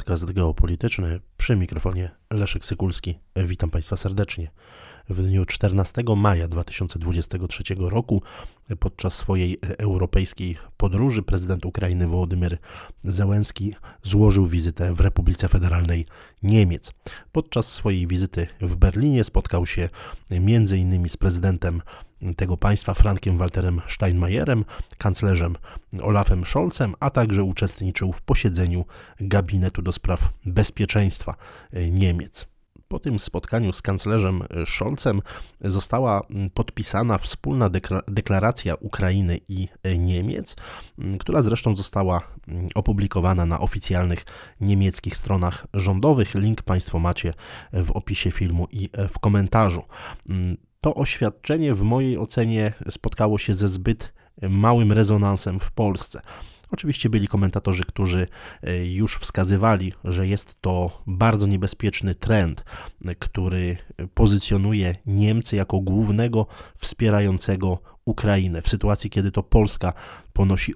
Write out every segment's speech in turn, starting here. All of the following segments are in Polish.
Podcast geopolityczny, przy mikrofonie Leszek Sykulski. Witam Państwa serdecznie. W dniu 14 maja 2023 roku podczas swojej europejskiej podróży prezydent Ukrainy Wołodymyr Zełenski złożył wizytę w Republice Federalnej Niemiec. Podczas swojej wizyty w Berlinie spotkał się m.in. z prezydentem tego państwa Frankiem Walterem Steinmeierem, kanclerzem Olafem Scholzem, a także uczestniczył w posiedzeniu gabinetu do spraw bezpieczeństwa Niemiec. Po tym spotkaniu z kanclerzem Scholzem została podpisana wspólna deklaracja Ukrainy i Niemiec, która zresztą została opublikowana na oficjalnych niemieckich stronach rządowych. Link Państwo macie w opisie filmu i w komentarzu. To oświadczenie w mojej ocenie spotkało się ze zbyt małym rezonansem w Polsce. Oczywiście byli komentatorzy, którzy już wskazywali, że jest to bardzo niebezpieczny trend, który pozycjonuje Niemcy jako głównego wspierającego Ukrainę w sytuacji, kiedy to Polska ponosi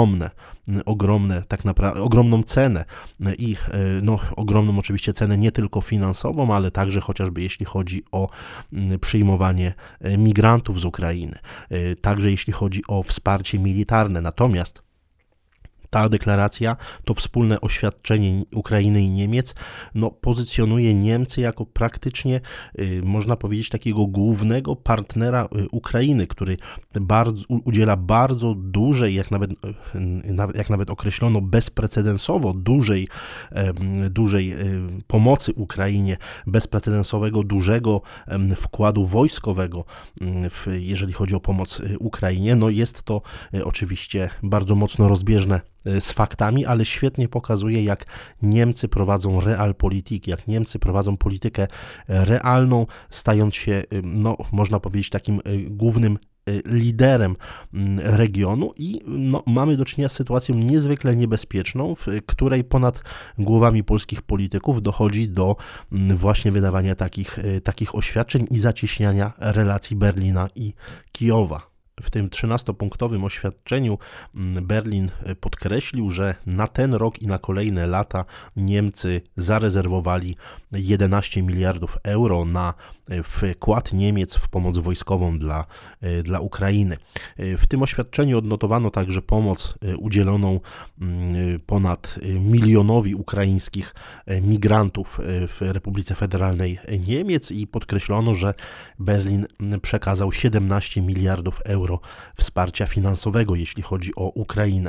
ogromną cenę i ogromną oczywiście cenę nie tylko finansową, ale także chociażby jeśli chodzi o przyjmowanie migrantów z Ukrainy, także jeśli chodzi o wsparcie militarne. Natomiast ta deklaracja, to wspólne oświadczenie Ukrainy i Niemiec, pozycjonuje Niemcy jako praktycznie, można powiedzieć, takiego głównego partnera Ukrainy, który udziela bardzo dużej, jak nawet określono, bezprecedensowo dużej pomocy Ukrainie, bezprecedensowego, dużego wkładu wojskowego, jeżeli chodzi o pomoc Ukrainie. Jest to oczywiście bardzo mocno rozbieżne z faktami, ale świetnie pokazuje, jak Niemcy prowadzą realpolitik, jak Niemcy prowadzą politykę realną, stając się, można powiedzieć, takim głównym liderem regionu i mamy do czynienia z sytuacją niezwykle niebezpieczną, w której ponad głowami polskich polityków dochodzi do właśnie wydawania takich oświadczeń i zacieśniania relacji Berlina i Kijowa. W tym 13-punktowym oświadczeniu Berlin podkreślił, że na ten rok i na kolejne lata Niemcy zarezerwowali 11 miliardów euro na wkład Niemiec w pomoc wojskową dla Ukrainy. W tym oświadczeniu odnotowano także pomoc udzieloną ponad milionowi ukraińskich migrantów w Republice Federalnej Niemiec i podkreślono, że Berlin przekazał 17 miliardów euro wsparcia finansowego, jeśli chodzi o Ukrainę.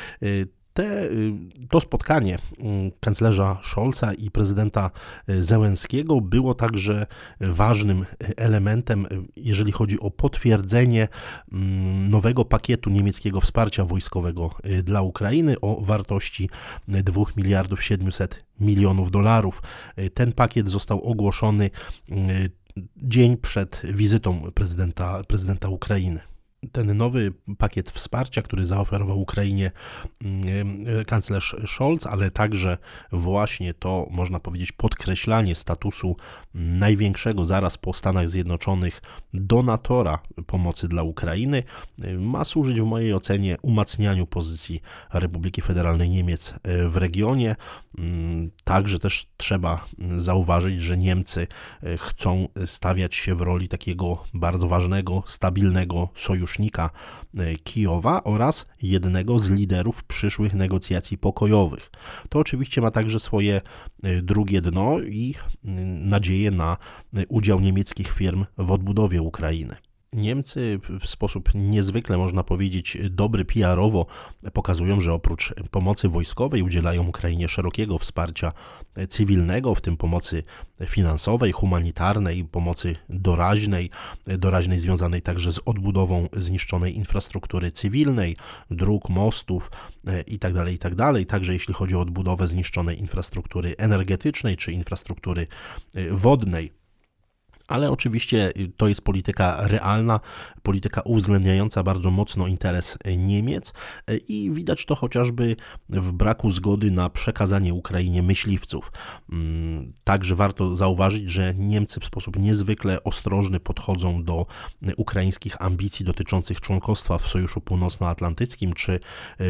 To spotkanie kanclerza Scholza i prezydenta Zełenskiego było także ważnym elementem, jeżeli chodzi o potwierdzenie nowego pakietu niemieckiego wsparcia wojskowego dla Ukrainy o wartości 2 miliardów 700 milionów dolarów. Ten pakiet został ogłoszony dzień przed wizytą prezydenta Ukrainy. Ten nowy pakiet wsparcia, który zaoferował Ukrainie kanclerz Scholz, ale także właśnie to, można powiedzieć, podkreślanie statusu największego zaraz po Stanach Zjednoczonych donatora pomocy dla Ukrainy, ma służyć w mojej ocenie umacnianiu pozycji Republiki Federalnej Niemiec w regionie. Także też trzeba zauważyć, że Niemcy chcą stawiać się w roli takiego bardzo ważnego, stabilnego sojusznika Kijowa oraz jednego z liderów przyszłych negocjacji pokojowych. To oczywiście ma także swoje drugie dno i nadzieję na udział niemieckich firm w odbudowie Ukrainy. Niemcy w sposób niezwykle, można powiedzieć, dobry PR-owo pokazują, że oprócz pomocy wojskowej udzielają Ukrainie szerokiego wsparcia cywilnego, w tym pomocy finansowej, humanitarnej, pomocy doraźnej związanej także z odbudową zniszczonej infrastruktury cywilnej, dróg, mostów itd., itd. Także jeśli chodzi o odbudowę zniszczonej infrastruktury energetycznej czy infrastruktury wodnej. Ale oczywiście to jest polityka realna, polityka uwzględniająca bardzo mocno interes Niemiec i widać to chociażby w braku zgody na przekazanie Ukrainie myśliwców. Także warto zauważyć, że Niemcy w sposób niezwykle ostrożny podchodzą do ukraińskich ambicji dotyczących członkostwa w Sojuszu Północnoatlantyckim czy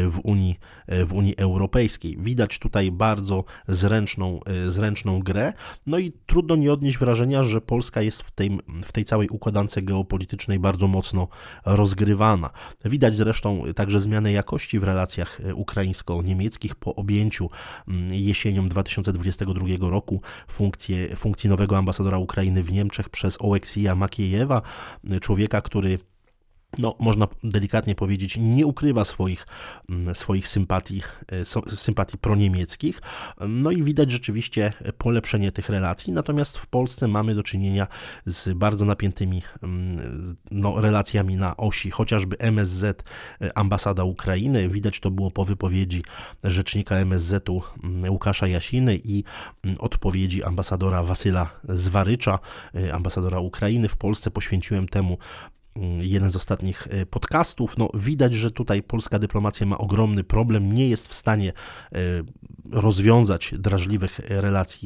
w Unii Europejskiej. Widać tutaj bardzo zręczną grę, no i trudno nie odnieść wrażenia, że Polska jest w tej całej układance geopolitycznej bardzo mocno rozgrywana. Widać zresztą także zmianę jakości w relacjach ukraińsko-niemieckich po objęciu jesienią 2022 roku funkcji nowego ambasadora Ukrainy w Niemczech przez Oleksija Makiejewa, człowieka, który można delikatnie powiedzieć, nie ukrywa swoich sympatii proniemieckich. No i widać rzeczywiście polepszenie tych relacji. Natomiast w Polsce mamy do czynienia z bardzo napiętymi relacjami na osi, chociażby MSZ, ambasada Ukrainy. Widać to było po wypowiedzi rzecznika MSZ-u Łukasza Jasiny i odpowiedzi ambasadora Wasyla Zwarycza, ambasadora Ukrainy w Polsce. Poświęciłem temu jeden z ostatnich podcastów. Widać, że tutaj polska dyplomacja ma ogromny problem, nie jest w stanie rozwiązać drażliwych relacji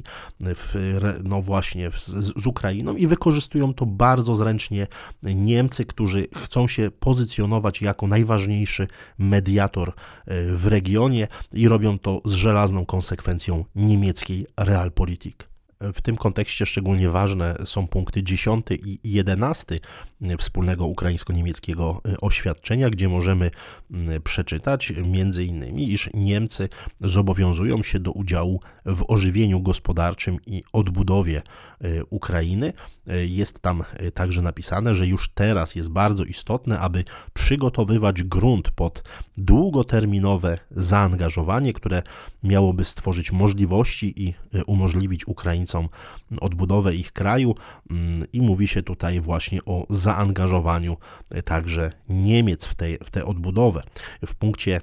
właśnie z Ukrainą i wykorzystują to bardzo zręcznie Niemcy, którzy chcą się pozycjonować jako najważniejszy mediator w regionie i robią to z żelazną konsekwencją niemieckiej realpolitik. W tym kontekście szczególnie ważne są punkty 10 i 11 wspólnego ukraińsko-niemieckiego oświadczenia, gdzie możemy przeczytać m.in., iż Niemcy zobowiązują się do udziału w ożywieniu gospodarczym i odbudowie Ukrainy. Jest tam także napisane, że już teraz jest bardzo istotne, aby przygotowywać grunt pod długoterminowe zaangażowanie, które miałoby stworzyć możliwości i umożliwić Ukraińcom odbudowę ich kraju i mówi się tutaj właśnie o zaangażowaniu także Niemiec w tę odbudowę. W punkcie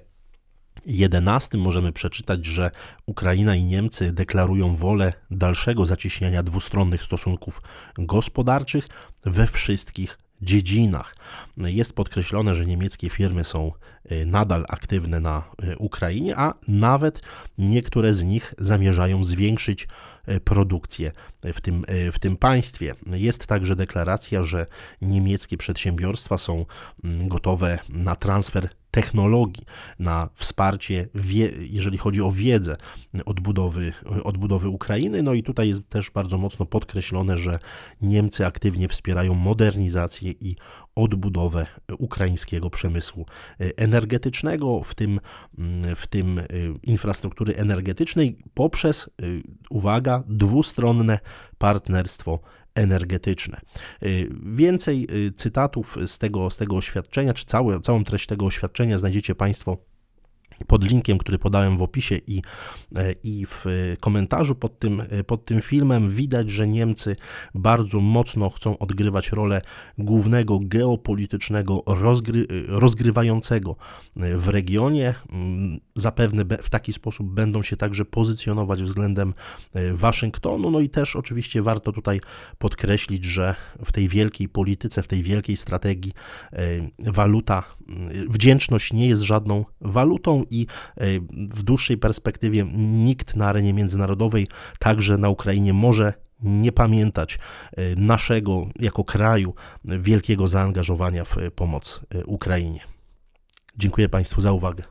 11 możemy przeczytać, że Ukraina i Niemcy deklarują wolę dalszego zacieśniania dwustronnych stosunków gospodarczych we wszystkich dziedzinach. Jest podkreślone, że niemieckie firmy są nadal aktywne na Ukrainie, a nawet niektóre z nich zamierzają zwiększyć produkcję w tym państwie. Jest także deklaracja, że niemieckie przedsiębiorstwa są gotowe na transfer technologii, na wsparcie, jeżeli chodzi o wiedzę odbudowy Ukrainy. No i tutaj jest też bardzo mocno podkreślone, że Niemcy aktywnie wspierają modernizację i odbudowę ukraińskiego przemysłu energetycznego, w tym infrastruktury energetycznej poprzez, uwaga, dwustronne partnerstwo energetyczne. Więcej cytatów z tego oświadczenia, czy całą treść tego oświadczenia znajdziecie Państwo pod linkiem, który podałem w opisie i w komentarzu pod tym filmem. Widać, że Niemcy bardzo mocno chcą odgrywać rolę głównego geopolitycznego rozgrywającego w regionie. Zapewne w taki sposób będą się także pozycjonować względem Waszyngtonu. No i też oczywiście warto tutaj podkreślić, że w tej wielkiej polityce, w tej wielkiej strategii wdzięczność nie jest żadną walutą i w dłuższej perspektywie nikt na arenie międzynarodowej, także na Ukrainie, może nie pamiętać naszego jako kraju wielkiego zaangażowania w pomoc Ukrainie. Dziękuję Państwu za uwagę.